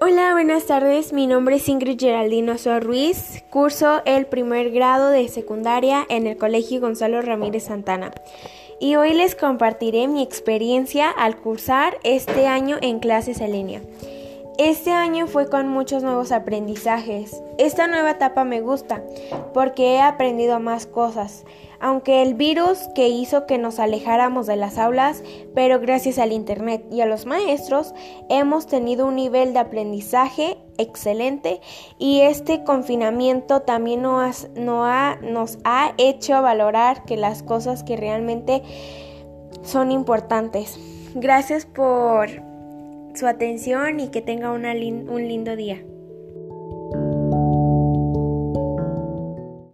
Hola, buenas tardes. Mi nombre es Ingrid Geraldine Ochoa Ruiz. Curso el primer grado de secundaria en el Colegio Gonzalo Ramírez Santana. Y hoy les compartiré mi experiencia al cursar este año en clases en línea. Este año fue con muchos nuevos aprendizajes. Esta nueva etapa me gusta porque he aprendido más cosas, aunque el virus que hizo que nos alejáramos de las aulas, pero gracias al internet y a los maestros hemos tenido un nivel de aprendizaje excelente y este confinamiento también nos ha hecho valorar que las cosas que realmente son importantes. Gracias por su atención y que tenga un lindo día.